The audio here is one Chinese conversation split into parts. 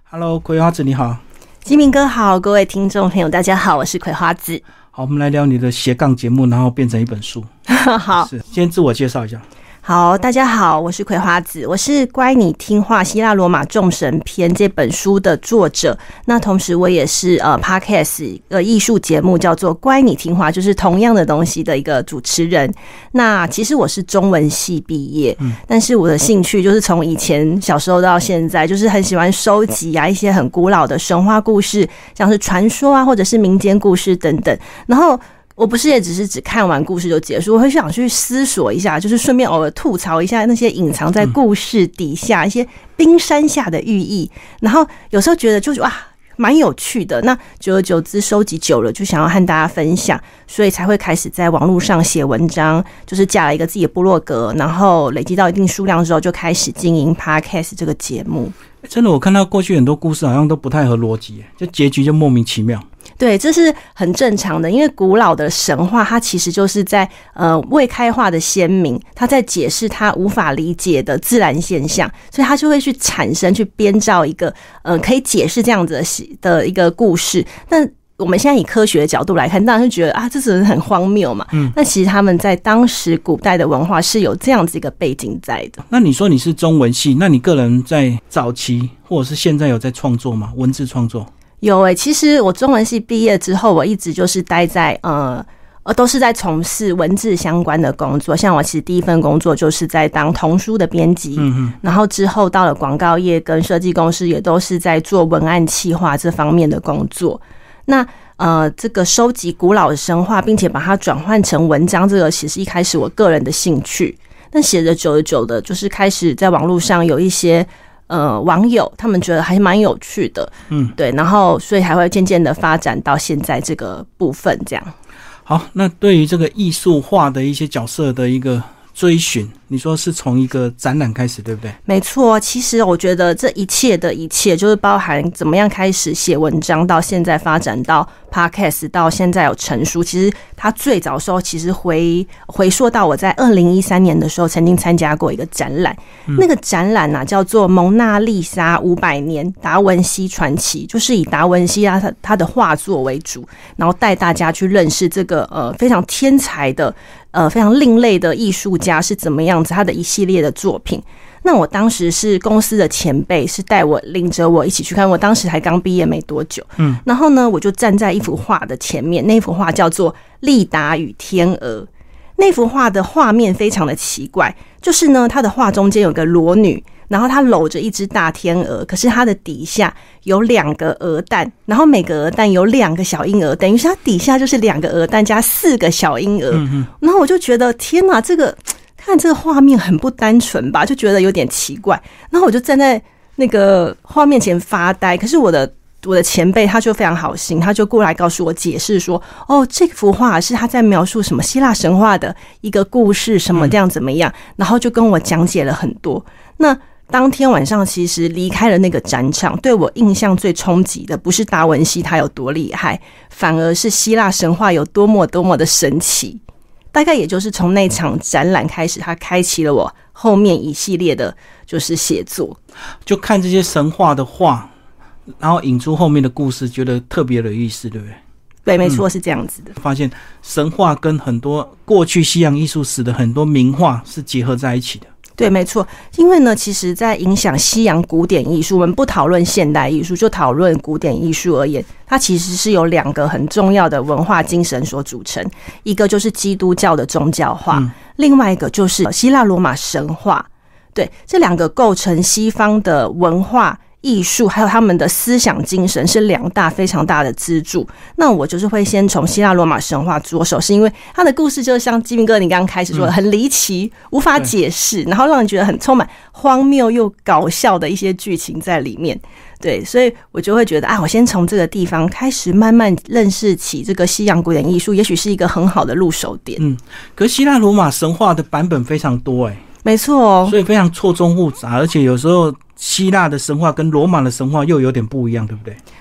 Hello， 葵花子你好。 基民哥好，各位听众朋友大家好，我是葵花子。 好，我们来聊你的斜杠节目，然后变成一本书。 好， 先自我介绍一下。 好，大家好，我是葵花子，我是乖你听话希腊罗马众神篇这本书的作者。那同时我也是Podcast 艺术节目叫做乖你听话，就是同样的东西的一个主持人。那其实我是中文系毕业，但是我的兴趣就是从以前小时候到现在，就是很喜欢收集一些很古老的神话故事，像是传说或者是民间故事等等。然后我不是也只看完故事就结束，我会想去思索一下，就是顺便偶尔吐槽一下那些隐藏在故事底下一些冰山下的寓意，然后有时候觉得就是蛮有趣的。那久而久之收集久了，就想要和大家分享，所以才会开始在网络上写文章，就是架了一个自己的部落格，然后累积到一定数量之后，就开始经营 Podcast 这个节目。 真的，我看到过去很多故事好像都不太合逻辑，就结局就莫名其妙。 对，这是很正常的，因为古老的神话它其实就是在未开化的先民，他在解释他无法理解的自然现象，所以他就会去产生去编造一个可以解释这样子的一个故事。那我们现在以科学的角度来看，当然就觉得这真的很荒谬嘛。那其实他们在当时古代的文化是有这样子一个背景在的。 那你说你是中文系，那你个人在早期或者是现在有在创作吗？文字创作？ 有其实我中文系毕业之后，我一直就是待在都是在从事文字相关的工作。像我其实第一份工作就是在当童书的编辑，然后之后到了广告业跟设计公司，也都是在做文案企划这方面的工作。那这个收集古老的神话，并且把它转换成文章，这个其实一开始我个人的兴趣。但写着久了久的，就是开始在网络上有一些网友他们觉得还蛮有趣的，对，然后所以还会渐渐的发展到现在这个部分这样。 好，那对于这个艺术化的一些角色的一个追寻，你说是从一个展览开始，对不对？ 没错，其实我觉得这一切的一切，就是包含怎么样开始写文章，到现在发展到 Podcast， 到现在有成书。其实它最早的时候，其实回溯到我在2013年的时候，曾经参加过一个展览。那个展览叫做《蒙娜丽莎500年达文西传奇》，就是以达文西他的画作为主，然后带大家去认识这个非常天才的非常另类的艺术家是怎么样子，他的一系列的作品。那我当时是公司的前辈，是领着我一起去看，我当时还刚毕业没多久，然后呢，我就站在一幅画的前面，那幅画叫做《利达与天鹅》。那幅画的画面非常的奇怪，就是呢，它的画中间有个裸女，然后她搂着一只大天鹅，可是她的底下有2个鹅蛋，然后每个鹅蛋有2个小婴儿，等于是它底下就是2个鹅蛋加4个小婴儿。然后我就觉得天哪，看这个画面很不单纯吧，就觉得有点奇怪。然后我就站在那个画面前发呆，可是我的前辈他就非常好心，他就过来告诉我解释说，这幅画是他在描述什么希腊神话的一个故事，什么这样怎么样，然后就跟我讲解了很多。那当天晚上其实离开了那个展场，对我印象最冲击的不是达文西他有多厉害，反而是希腊神话有多么多么的神奇。大概也就是从那场展览开始，它开启了我后面一系列的就是写作。 就看这些神话的画，然后引出后面的故事，觉得特别的有意思，对不对？ 对，没错，是这样子的。 发现神话跟很多过去西洋艺术史的很多名画是结合在一起的。 对，没错，因为呢，其实在影响西洋古典艺术，我们不讨论现代艺术，就讨论古典艺术而言，它其实是由2个很重要的文化精神所组成，一个就是基督教的宗教化，另外一个就是希腊罗马神话。对，这2个构成西方的文化艺术还有他们的思想精神是2大非常大的支柱。那我就是会先从希腊罗马神话着手，是因为他的故事就像基民哥你刚刚开始说的，很离奇无法解释，然后让人觉得很充满荒谬又搞笑的一些剧情在里面。对，所以我就会觉得我先从这个地方开始慢慢认识起这个西洋古典艺术，也许是一个很好的入手点。 可是希腊罗马神话的版本非常多没错所以非常错综复杂，而且有时候希腊的神话跟罗马的神话又有点不一样，对不对？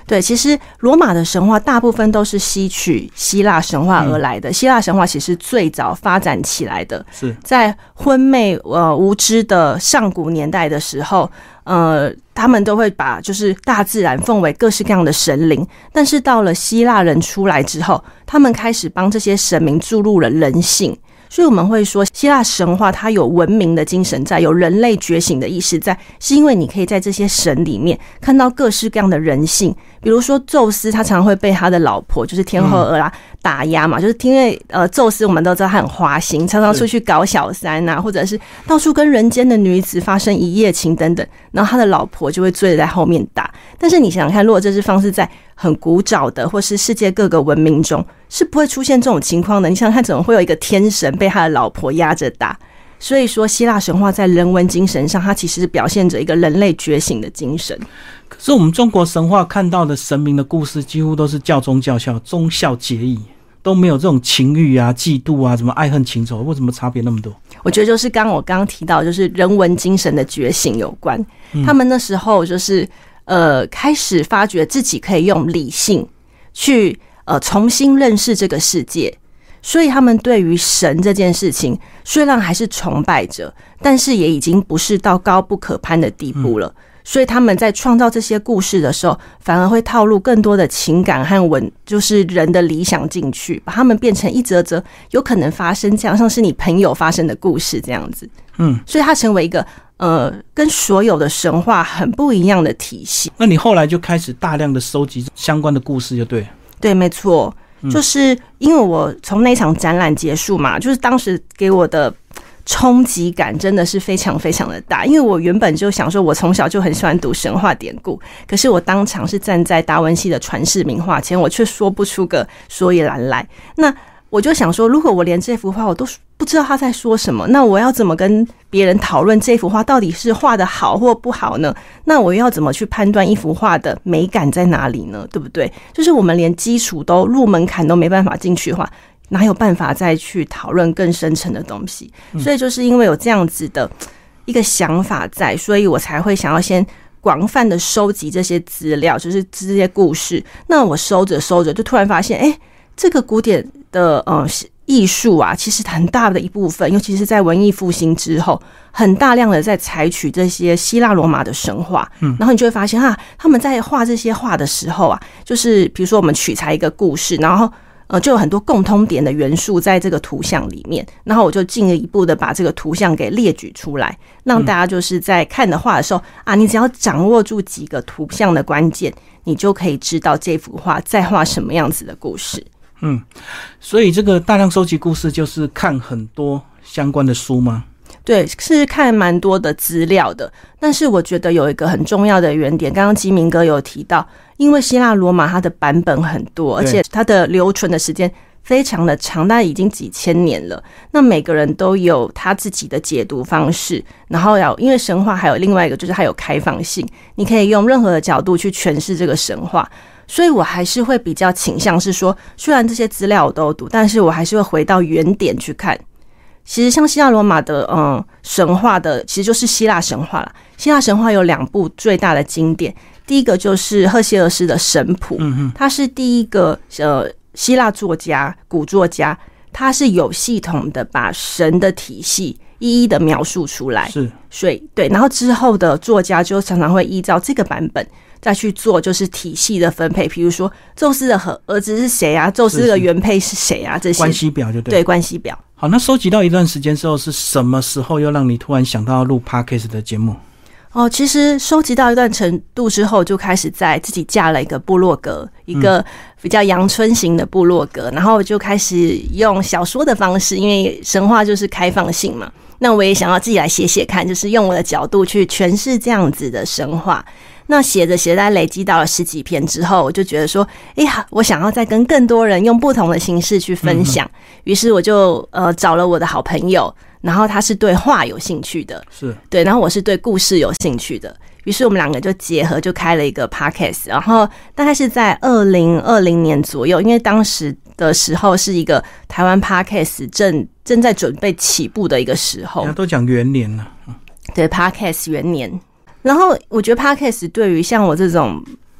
对，其实罗马的神话大部分都是吸取希腊神话而来的。希腊神话其实最早发展起来的， 是在昏昧无知的上古年代的时候，他们都会把就是大自然奉为各式各样的神灵。但是到了希腊人出来之后，他们开始帮这些神明注入了人性。所以我们会说希腊神话它有文明的精神在，有人类觉醒的意识在，是因为你可以在这些神里面看到各式各样的人性。比如说宙斯他常常会被他的老婆就是天后俄拉打压嘛，就是因为宙斯我们都知道他很花心，常常出去搞小三啊，或者是到处跟人间的女子发生一夜情等等，然后他的老婆就会追着在后面打。但是你想想看，如果这是放置在很古早的或是世界各个文明中，是不会出现这种情况的。你想想看，怎么会有一个天神被他的老婆压着打？所以说希腊神话在人文精神上，它其实是表现着一个人类觉醒的精神。 可是我们中国神话看到的神明的故事几乎都是教忠教孝，忠孝节义，都没有这种情欲啊、嫉妒啊、什么爱恨情仇，为什么差别那么多？ 我觉得就是我刚刚提到，就是人文精神的觉醒有关。他们那时候就是开始发觉自己可以用理性去重新认识这个世界。所以他们对于神这件事情虽然还是崇拜着，但是也已经不是到高不可攀的地步了。所以他们在创造这些故事的时候，反而会套入更多的情感和就是人的理想进去，把他们变成一则则有可能发生这样像是你朋友发生的故事这样子。所以它成为一个跟所有的神话很不一样的体系。 那你后来就开始大量的收集相关的故事就对了。 对，没错。就是因为我从那场展览结束嘛，就是当时给我的冲击感真的是非常非常的大。因为我原本就想说，我从小就很喜欢读神话典故，可是我当场是站在达文西的传世名画前，我却说不出个所以然来。那我就想说，如果我连这幅画我都不知道他在说什么，那我要怎么跟别人讨论这幅画到底是画的好或不好呢？那我要怎么去判断一幅画的美感在哪里呢？对不对？就是我们连基础都入门槛都没办法进去的话，哪有办法再去讨论更深层的东西？所以就是因为有这样子的一个想法在，所以我才会想要先广泛的收集这些资料，就是这些故事。那我收着收着就突然发现，这个古典的艺术啊，其实很大的一部分，尤其是在文艺复兴之后，很大量的在采取这些希腊罗马的神话。然后你就会发现他们在画这些画的时候啊，就是比如说我们取材一个故事，然后就有很多共通点的元素在这个图像里面，然后我就进一步的把这个图像给列举出来，让大家就是在看的画的时候你只要掌握住几个图像的关键，你就可以知道这幅画在画什么样子的故事。 所以这个大量收集故事就是看很多相关的书吗？ 对，是看蛮多的资料的。但是我觉得有一个很重要的原点，刚刚基民哥有提到，因为希腊罗马它的版本很多，而且它的留存的时间非常的长，大概已经几千年了。那每个人都有他自己的解读方式，然后因为神话还有另外一个就是它有开放性，你可以用任何的角度去诠释这个神话。所以我还是会比较倾向是说，虽然这些资料我都读，但是我还是会回到原点去看。其实像希腊罗马的神话的，其实就是希腊神话啦。希腊神话有2部最大的经典，第一个就是赫西俄斯的神谱，他是第一个希腊作家、古作家，他是有系统的把神的体系一一的描述出来。 是， 所以对，然后之后的作家就常常会依照这个版本再去做就是体系的分配，比如说宙斯的儿子是谁啊，宙斯的原配是谁啊，这些关系表就对。 对，关系表。 好，那收集到一段时间之后，是什么时候又让你突然想到要录 Podcast 的节目？ 其实收集到一段程度之后，就开始在自己架了一个部落格，一个比较阳春型的部落格，然后就开始用小说的方式，因为神话就是开放性嘛，那我也想要自己来写写看，就是用我的角度去诠释这样子的神话。那写着写着累积到了10几篇之后，我就觉得说我想要再跟更多人用不同的形式去分享，于是我就找了我的好朋友，然后他是对画有兴趣的， 是对， 然后我是对故事有兴趣的，于是我们2个就结合，就开了一个 podcast。 然后大概是在2020年左右，因为当时的时候是一个台湾 podcast 正在准备起步的一个时候， 都讲元年了。 对， podcast 元年。然后我觉得 podcast 对于像我这种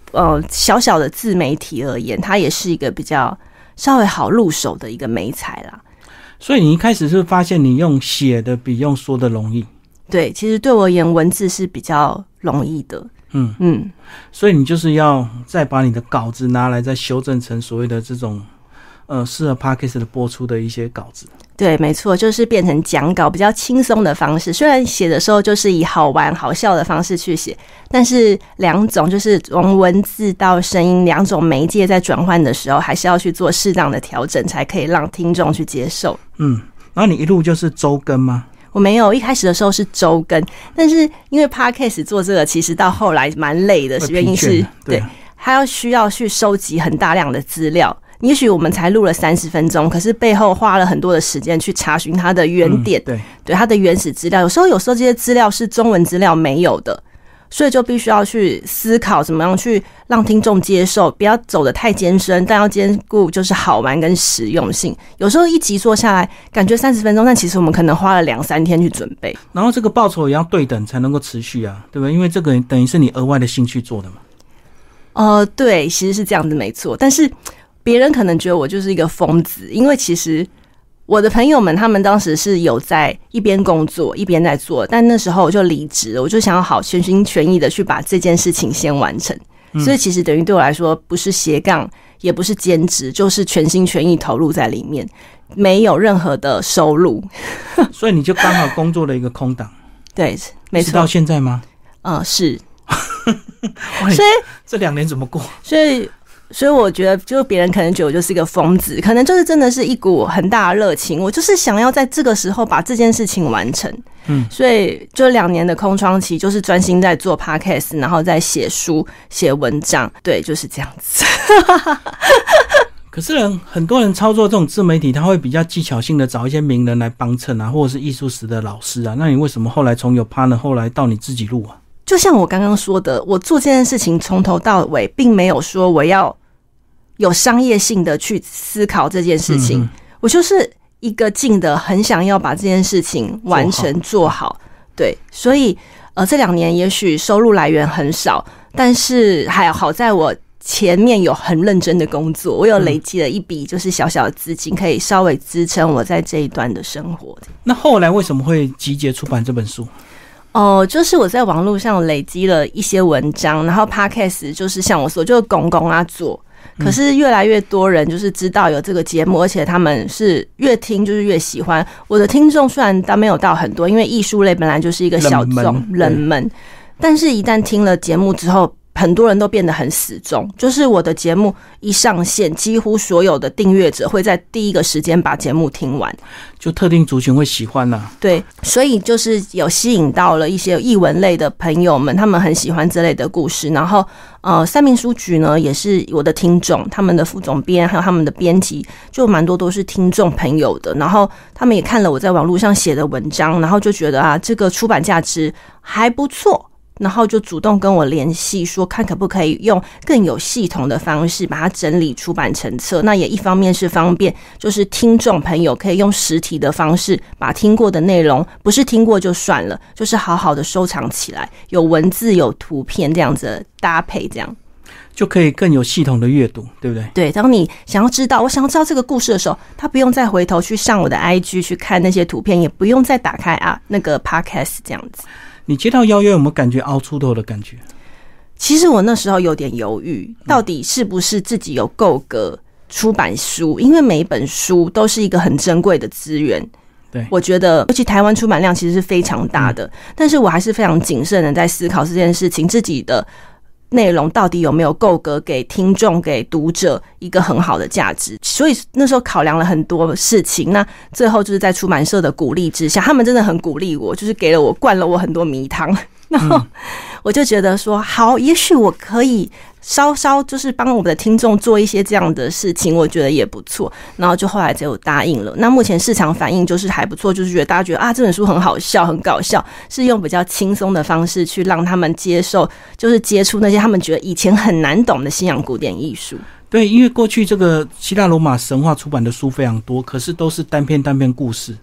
小小的自媒体而言，它也是一个比较稍微好入手的一个媒材啦。 所以你一开始是发现你用写的比用说的容易？ 对，其实对我而言，文字是比较容易的。 所以你就是要再把你的稿子拿来再修正成所谓的这种适合 Podcast 的播出的一些稿子。 对，没错，就是变成讲稿比较轻松的方式。虽然写的时候就是以好玩好笑的方式去写，但是两种就是从文字到声音两种媒介在转换的时候，还是要去做适当的调整，才可以让听众去接受。 然后你一路就是周更吗？ 我没有，一开始的时候是周更，但是因为 Podcast 做这个，其实到后来蛮累的，原因是对，还要需要去收集很大量的资料。也许我们才录了30分钟，可是背后花了很多的时间去查询它的原点，对它的原始资料。有时候这些资料是中文资料没有的，所以就必须要去思考怎么样去让听众接受，不要走得太艰深，但要兼顾就是好玩跟实用性。有时候一集做下来，感觉30分钟，但其实我们可能花了2-3天去准备。 然后这个报酬也要对等才能够持续啊，对不对？因为这个等于是你额外的兴趣做的嘛。 对，其实是这样子没错，但是别人可能觉得我就是一个疯子，因为其实我的朋友们他们当时是有在一边工作一边在做，但那时候我就离职了，我就想要好全心全意的去把这件事情先完成。所以其实等于对我来说不是斜杠也不是兼职，就是全心全意投入在里面，没有任何的收入。 所以你就刚好工作了一个空档。 对，没错。 是到现在吗？ 是。 所以这2年怎么过？ 所以我觉得，就别人可能觉得我就是一个疯子，可能就是真的是一股很大的热情，我就是想要在这个时候把这件事情完成。所以就2年的空窗期，就是专心在做 podcast， 然后在写书、写文章，对，就是这样子。 可是很多人操作这种自媒体，他会比较技巧性的找一些名人来帮衬啊，或者是艺术史的老师啊。那你为什么后来从有 partner 后来到你自己录啊？ 就像我刚刚说的，我做这件事情从头到尾并没有说我要有商业性的去思考这件事情，我就是一个劲的很想要把这件事情完成做好。对，所以这2年也许收入来源很少，但是还好在我前面有很认真的工作，我有累积了一笔就是小小的资金，可以稍微支撑我在这一段的生活。 那后来为什么会集结出版这本书？ 就是我在网络上累积了一些文章，然后 podcast 就是像我说就公做，可是越来越多人就是知道有这个节目，而且他们是越听就是越喜欢。我的听众虽然没有到很多，因为艺术类本来就是一个小众冷门，但是一旦听了节目之后，很多人都变得很死忠，就是我的节目一上线，几乎所有的订阅者会在第一个时间把节目听完， 就特定族群会喜欢啦。 对，所以就是有吸引到了一些艺文类的朋友们，他们很喜欢这类的故事。然后三民书局呢也是我的听众，他们的副总编还有他们的编辑就蛮多都是听众朋友的，然后他们也看了我在网络上写的文章，然后就觉得这个出版价值还不错，然后就主动跟我联系说看可不可以用更有系统的方式把它整理出版成册。那也一方面是方便就是听众朋友可以用实体的方式把听过的内容不是听过就算了，就是好好的收藏起来，有文字有图片这样子的搭配，这样就可以更有系统的阅读，对不对？ 对，当你想要知道这个故事的时候，他不用再回头去上我的 IG 去看那些图片，也不用再打开那个 podcast 这样子。 你接到邀约有没有感觉凹出头的感觉？ 其实我那时候有点犹豫，到底是不是自己有够格出版书，因为每一本书都是一个很珍贵的资源。 对， 我觉得尤其台湾出版量其实是非常大的，但是我还是非常谨慎的在思考这件事情，自己的内容到底有没有够格给听众给读者一个很好的价值。所以那时候考量了很多事情，那最后就是在出版社的鼓励之下，他们真的很鼓励我，就是灌了我很多迷汤，然后我就觉得说好，也许我可以稍稍就是帮我们的听众做一些这样的事情，我觉得也不错，然后就后来只有答应了。那目前市场反应就是还不错，就是觉得大家觉得这本书很好笑很搞笑，是用比较轻松的方式去让他们接受，就是接触那些他们觉得以前很难懂的西洋古典艺术。 对，因为过去这个希腊罗马神话出版的书非常多，可是都是单篇故事，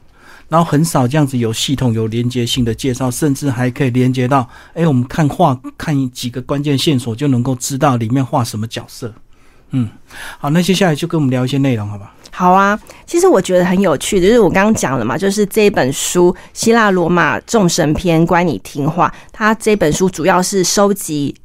然后很少这样子有系统有连结性的介绍，甚至还可以连接到我们看画看几个关键线索就能够知道里面画什么角色。好，那接下来就跟我们聊一些内容好吧。 好啊，其实我觉得很有趣的就是我刚刚讲了嘛，就是这本书《希腊罗马众神篇乖你听话》，它这本书主要是收集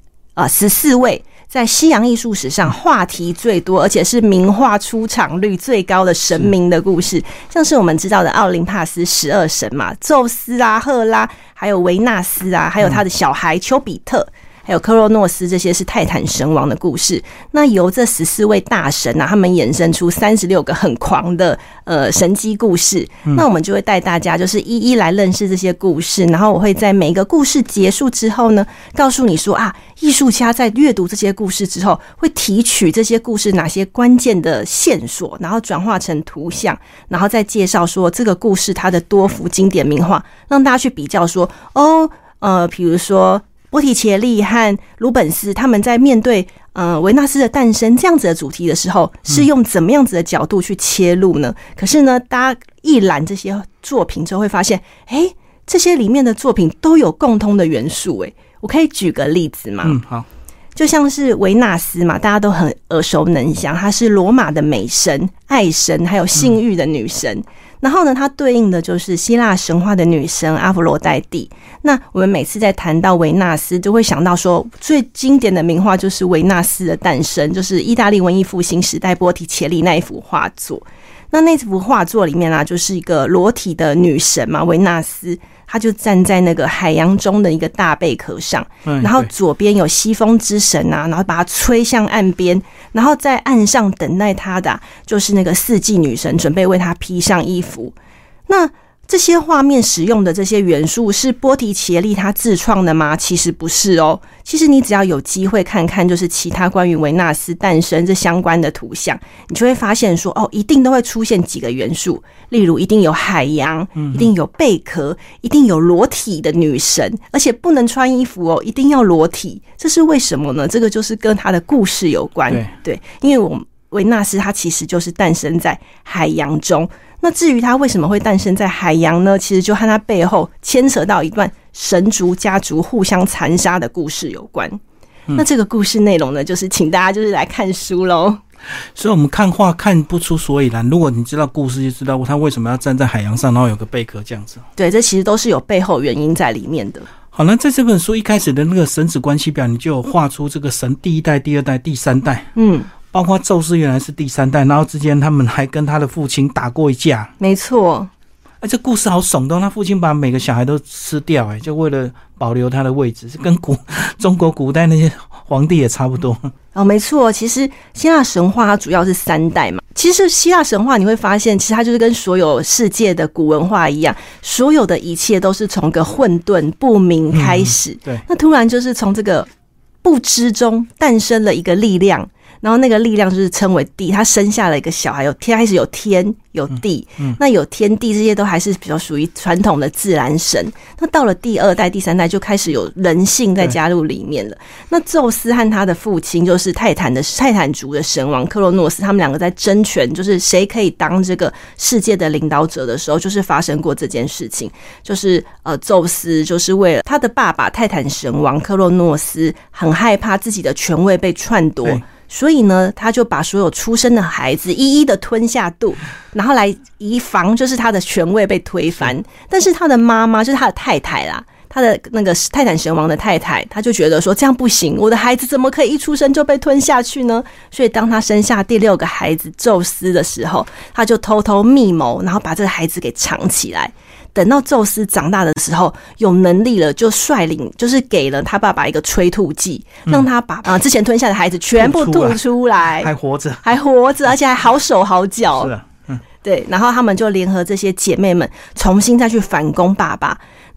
14位在西洋艺术史上话题最多，而且是名画出场率最高的神明的故事，像是我们知道的奥林帕斯12神嘛，宙斯啊、赫拉，还有维纳斯啊，还有他的小孩丘比特。还有科洛诺斯，这些是泰坦神王的故事。那由这14位大神啊，他们衍生出36个很狂的神迹故事。那我们就会带大家就是一一来认识这些故事，然后我会在每一个故事结束之后呢，告诉你说啊，艺术家在阅读这些故事之后，会提取这些故事哪些关键的线索，然后转化成图像，然后再介绍说这个故事它的多幅经典名画，让大家去比较说比如说波提切利和鲁本斯他们在面对维纳斯的诞生这样子的主题的时候，是用怎么样子的角度去切入呢？可是呢，大家一览这些作品之后会发现，这些里面的作品都有共通的元素。我可以举个例子吗？ 好。 就像是维纳斯嘛，大家都很耳熟能详，她是罗马的美神、爱神，还有性欲的女神。然后呢，它对应的就是希腊神话的女神阿弗罗代蒂。那我们每次在谈到维纳斯，就会想到说，最经典的名画就是维纳斯的诞生，就是意大利文艺复兴时代波提切利那一幅画作。那幅画作里面啊，就是一个裸体的女神嘛，维纳斯。他就站在那个海洋中的一个大贝壳上，然后左边有西风之神啊，然后把它吹向岸边，然后在岸上等待他的就是那个四季女神，准备为他披上衣服。那这些画面使用的这些元素是波提切利他自创的吗？其实不是哦。其实你只要有机会看看就是其他关于维纳斯诞生这相关的图像，你就会发现说一定都会出现几个元素，例如一定有海洋，一定有贝壳，一定有裸体的女神，而且不能穿衣服哦，一定要裸体。这是为什么呢？这个就是跟他的故事有关。对，因为维纳斯他其实就是诞生在海洋中。那至于他为什么会诞生在海洋呢？其实就和他背后牵扯到一段神族家族互相残杀的故事有关。那这个故事内容呢，就是请大家就是来看书咯。 所以我们看画看不出所以然，如果你知道故事就知道他为什么要站在海洋上，然后有个贝壳这样子。对， 这其实都是有背后原因在里面的。 好，那在这本书一开始的那个神子关系表，你就有画出这个神第一代、第二代、第三代。包括宙斯原来是第三代，然后之前他们还跟他的父亲打过一架。 没错。 这故事好耸动，他父亲把每个小孩都吃掉，就为了保留他的位置，跟中国古代那些皇帝也差不多。 没错，其实希腊神话它主要是3代嘛。其实希腊神话你会发现，其实它就是跟所有世界的古文化一样，所有的一切都是从个混沌不明开始。 对。 那突然就是从这个不知中诞生了一个力量。然后那个力量就是称为地，他生下了一个小孩，开始有天有地，那有天地这些都还是比较属于传统的自然神。那到了第2代、第3代就开始有人性在加入里面了。那宙斯和他的父亲就是泰坦族的神王克洛诺斯，他们两个在争权，就是谁可以当这个世界的领导者的时候，就是发生过这件事情。就是宙斯就是为了他的爸爸泰坦神王克洛诺斯很害怕自己的权位被篡夺。所以呢，他就把所有出生的孩子一一的吞下肚，然后来以防就是他的权位被推翻。但是他的妈妈就是他的太太啦，他的那个泰坦神王的太太，他就觉得说这样不行，我的孩子怎么可以一出生就被吞下去呢？所以当他生下第6个孩子宙斯的时候，他就偷偷密谋，然后把这个孩子给藏起来。等到宙斯长大的时候有能力了，就率领就是给了他爸爸一个催吐剂，让他把之前吞下的孩子全部吐出来，还活着，而且还好手好脚。是啊，对，然后他们就联合这些姐妹们重新再去反攻爸爸。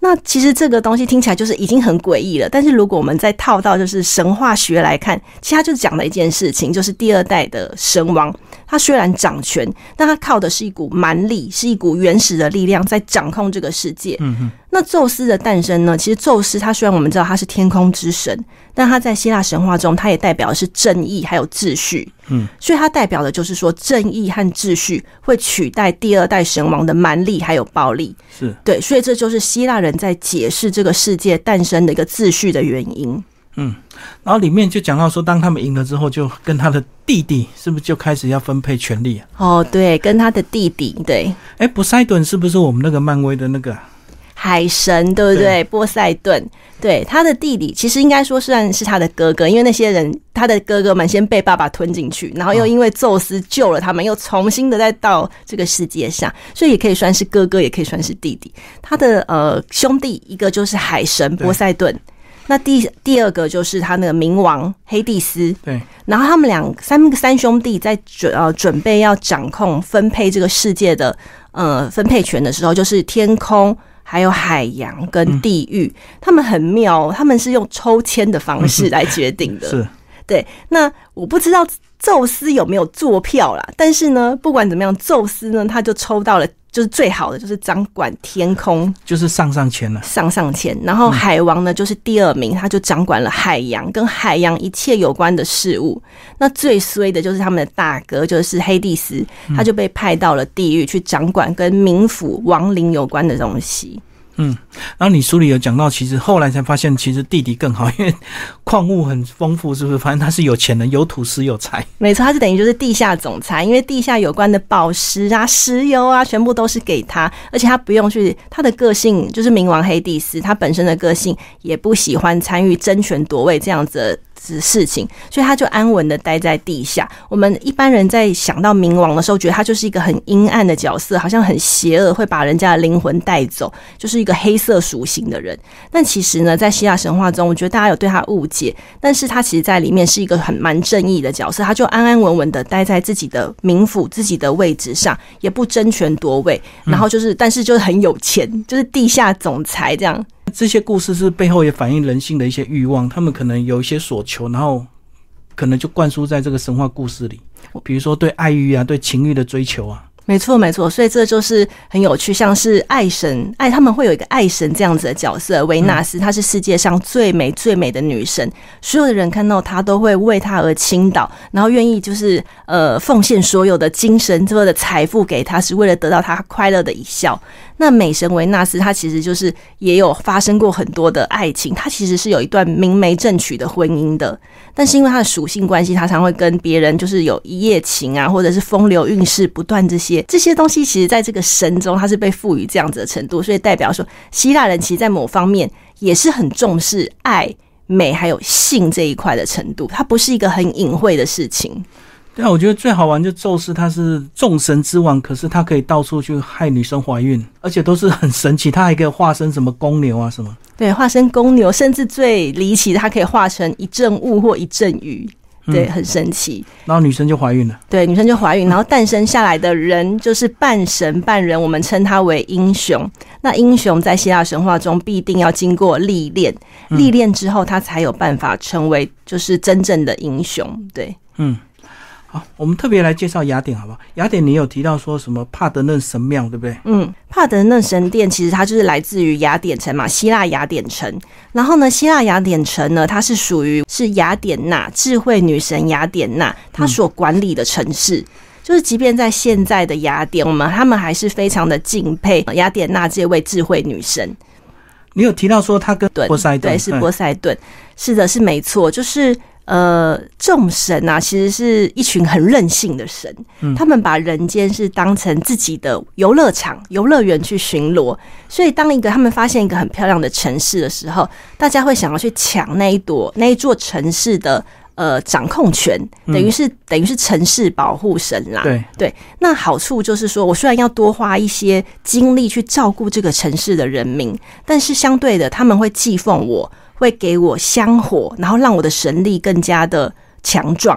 那其实这个东西听起来就是已经很诡异了，但是如果我们再套到就是神话学来看，其实它就讲了一件事情，就是第二代的神王，他虽然掌权，但他靠的是一股蛮力，是一股原始的力量在掌控这个世界。那宙斯的诞生呢？其实宙斯他虽然我们知道他是天空之神，但他在希腊神话中，他也代表的是正义还有秩序。所以他代表的就是说正义和秩序会取代第二代神王的蛮力还有暴力。 是对，所以这就是希腊人在解释这个世界诞生的一个秩序的原因。 然后里面就讲到说，当他们赢了之后，就跟他的弟弟是不是就开始要分配权力哦，对，跟他的弟弟，对。 波塞顿是不是我们那个漫威的那个海神，对不对？波塞顿，对，他的弟弟其实应该说虽然是他的哥哥，因为那些人他的哥哥们先被爸爸吞进去，然后又因为宙斯救了他们，又重新的再到这个世界上，所以也可以算是哥哥，也可以算是弟弟。他的兄弟一个就是海神波塞顿，那第二个就是他那个冥王黑帝斯， 对。 然后他们三兄弟在准备要掌控分配这个世界的分配权的时候，就是天空。还有海洋跟地狱，他们很妙，他们是用抽签的方式来决定的。 是， 对。那我不知道宙斯有没有做票啦，但是呢，不管怎么样，宙斯呢他就抽到了，就是最好的，就是掌管天空， 就是上签了，上签。然后海王呢就是第二名，他就掌管了海洋跟海洋一切有关的事物。那最衰的就是他们的大哥，就是黑帝斯，他就被派到了地狱去掌管跟冥府亡灵有关的东西。 然后你书里有讲到，其实后来才发现，其实弟弟更好，因为矿物很丰富，是不是？反正他是有钱人，有土石有财。 没错，他是等于就是地下总裁，因为地下有关的宝石啊、石油啊，全部都是给他，而且他不用去，他的个性就是冥王黑帝斯，他本身的个性也不喜欢参与争权夺位这样子的事情，所以他就安稳的待在地下。我们一般人在想到冥王的时候，觉得他就是一个很阴暗的角色，好像很邪恶，会把人家的灵魂带走，就是一个黑色属性的人。但其实呢，在希腊神话中，我觉得大家有对他误解，但是他其实在里面是一个蛮正义的角色，他就安安稳稳的待在自己的冥府、自己的位置上，也不争权夺位，然后但是就是很有钱，就是地下总裁这样。 这些故事是背后也反映人性的一些欲望，他们可能有一些所求，然后可能就灌输在这个神话故事里，比如说对爱欲啊、对情欲的追求啊。 没错没错，所以这就是很有趣，像是爱神他们会有一个爱神这样子的角色，维纳斯，她是世界上最美最美的女神，所有的人看到她都会为她而倾倒，然后愿意就是奉献所有的精神所有的财富给她，是为了得到她快乐的一笑。那美神维纳斯她其实就是也有发生过很多的爱情，她其实是有一段明媒正娶的婚姻的，但是因为她的属性关系，她常会跟别人就是有一夜情啊，或者是风流韵事不断，这些东西其实在这个神中它是被赋予这样子的程度，所以代表说希腊人其实在某方面也是很重视爱、美还有性这一块的程度，它不是一个很隐晦的事情。 对啊，我觉得最好玩就宙斯他是众神之王，可是他可以到处去害女生怀孕，而且都是很神奇，他还可以化身什么公牛啊什么。对， 化身公牛，甚至最离奇的他可以化成一阵雾或一阵雨。对，很神奇。 然后女生就怀孕了。对， 女生就怀孕，然后诞生下来的人就是半神半人，我们称他为英雄。那英雄在希腊神话中必定要经过历练，历练之后他才有办法成为就是真正的英雄。对， 好，我们特别来介绍雅典好不好？雅典你有提到说什么帕德嫩神庙对不对？ 帕德嫩神殿其实它就是来自于雅典城嘛，希腊雅典城。然后呢，希腊雅典城呢，它是属于是雅典娜智慧女神雅典娜她所管理的城市。就是即便在现在的雅典，他们还是非常的敬佩雅典娜这位智慧女神。 你有提到说她跟波塞顿， 对，是波塞顿，是的，是没错，就是众神啊，其实是一群很任性的神，他们把人间是当成自己的游乐场、游乐园去巡逻。所以，当他们发现一个很漂亮的城市的时候，大家会想要去抢那一座城市的掌控权，等于是城市保护神啦。对，那好处就是说，我虽然要多花一些精力去照顾这个城市的人民，但是相对的，他们会祭奉我。会给我香火，然后让我的神力更加的强壮，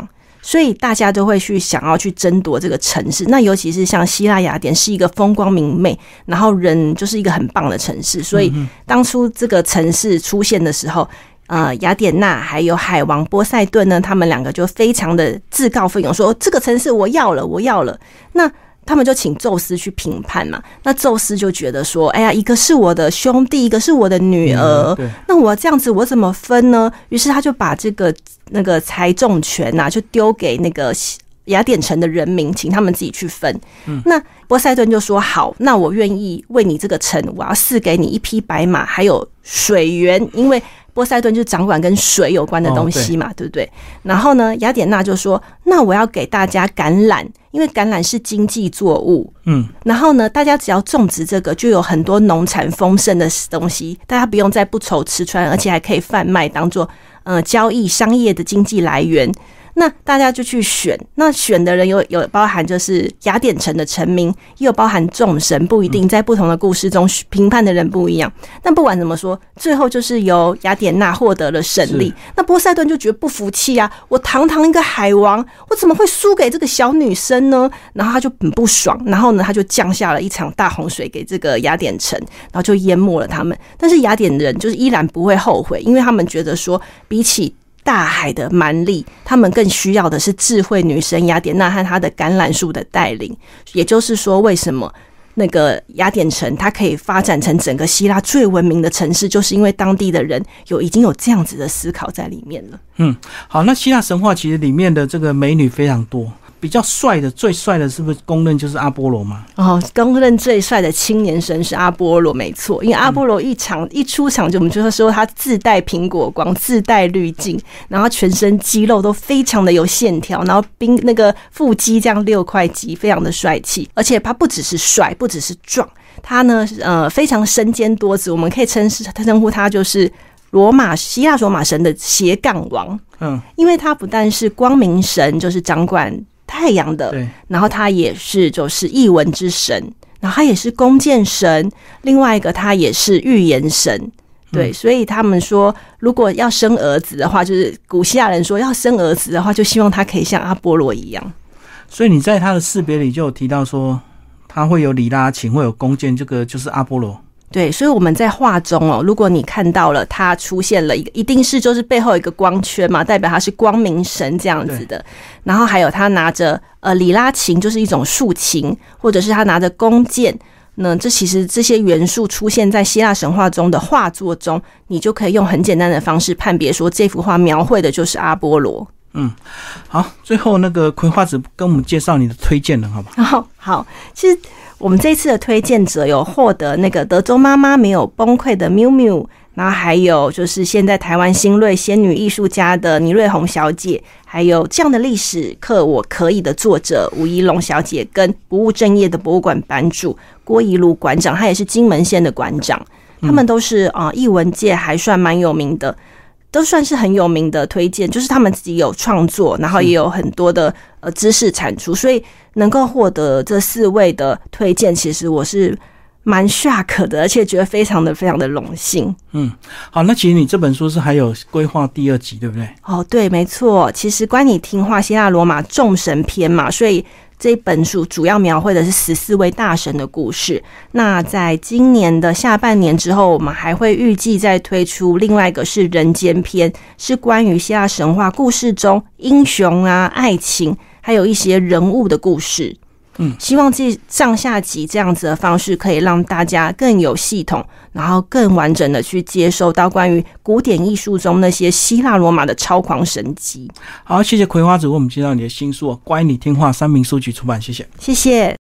所以大家都会去想要去争夺这个城市。那尤其是像希腊雅典是一个风光明媚，然后人就是一个很棒的城市，所以当初这个城市出现的时候，雅典娜还有海王波塞顿呢，他们两个就非常的自告奋勇说这个城市我要了，我要了。那他们就请宙斯去评判嘛，那宙斯就觉得说，哎呀，一个是我的兄弟，一个是我的女儿，那我这样子我怎么分呢？于是他就把那个裁重权就丢给那个雅典城的人民，请他们自己去分。那波塞顿就说好，那我愿意为你这个城，我要赐给你一匹白马，还有水源，因为波塞顿就是掌管跟水有关的东西嘛，对不对？然后呢，雅典娜就说，那我要给大家橄榄，因为橄榄是经济作物。然后呢，大家只要种植这个，就有很多农产丰盛的东西，大家不用再不愁吃穿，而且还可以贩卖，当做交易商业的经济来源。那大家就去选，那选的人有包含就是雅典城的臣民，也有包含众神，不一定在不同的故事中评判的人不一样。但不管怎么说，最后就是由雅典娜获得了胜利。那波塞顿就觉得不服气啊，我堂堂一个海王，我怎么会输给这个小女生呢？然后他就很不爽，然后呢他就降下了一场大洪水给这个雅典城，然后就淹没了他们。但是雅典人就是依然不会后悔，因为他们觉得说，比起大海的蛮力，他们更需要的是智慧女神雅典娜和她的橄榄树的带领。也就是说，为什么那个雅典城它可以发展成整个希腊最文明的城市，就是因为当地的人已经有这样子的思考在里面了。 好，那希腊神话其实里面的这个美女非常多。比较帅的，最帅的是不是公认就是阿波罗嘛？ 公认最帅的青年神是阿波罗，没错。因为阿波罗一出场就我们就会说他自带苹果光，自带滤镜，然后全身肌肉都非常的有线条，然后那个腹肌这样6块肌，非常的帅气。而且他不只是帅，不只是壮，他呢非常身兼多职，我们可以称呼他就是希腊罗马神的斜杠王。因为他不但是光明神，就是掌管太阳的，然后他也是就是译文之神，然后他也是弓箭神，另外一个他也是预言神。对，所以他们说如果要生儿子的话，就是古希腊人说要生儿子的话，就希望他可以像阿波罗一样。 所以你在他的识别里就有提到说他会有里拉琴，会有弓箭，这个就是阿波罗。 对，所以我们在画中如果你看到了他出现了一定是就是背后有一个光圈嘛，代表他是光明神这样子的。然后还有他拿着里拉琴，就是一种竖琴，或者是他拿着弓箭。那这其实这些元素出现在希腊神话中的画作中，你就可以用很简单的方式判别说这幅画描绘的就是阿波罗。 好，最后那个葵花子跟我们介绍你的推荐人好吧？ 好，其实我们这一次的推荐者有获得那个德州妈妈没有崩溃的miu miu，然后还有就是现在台湾新锐仙女艺术家的倪瑞红小姐，还有这样的历史课我可以的作者吴怡龙小姐，跟不务正业的博物馆版主郭怡如馆长，他也是金门县的馆长，他们都是艺文界还算蛮有名的，都算是很有名的推荐，就是他们自己有创作，然后也有很多的知识产出，所以能够获得这4位的推荐，其实我是蛮 shock 的，而且觉得非常的荣幸。 好，那其实你这本书是还有规划第2集对不对？ 对，没错，其实关你听话希腊罗马众神篇嘛，所以这本书主要描绘的是14位大神的故事。那在今年的下半年之后，我们还会预计再推出另外一个是人间篇，是关于希腊神话故事中英雄爱情还有一些人物的故事。希望这上下集这样子的方式可以让大家更有系统，然后更完整的去接受到关于古典艺术中那些希腊罗马的超狂神迹。 好，谢谢葵花子为我们介绍你的新书《乖你听话》，三民书局出版，谢谢。 谢谢。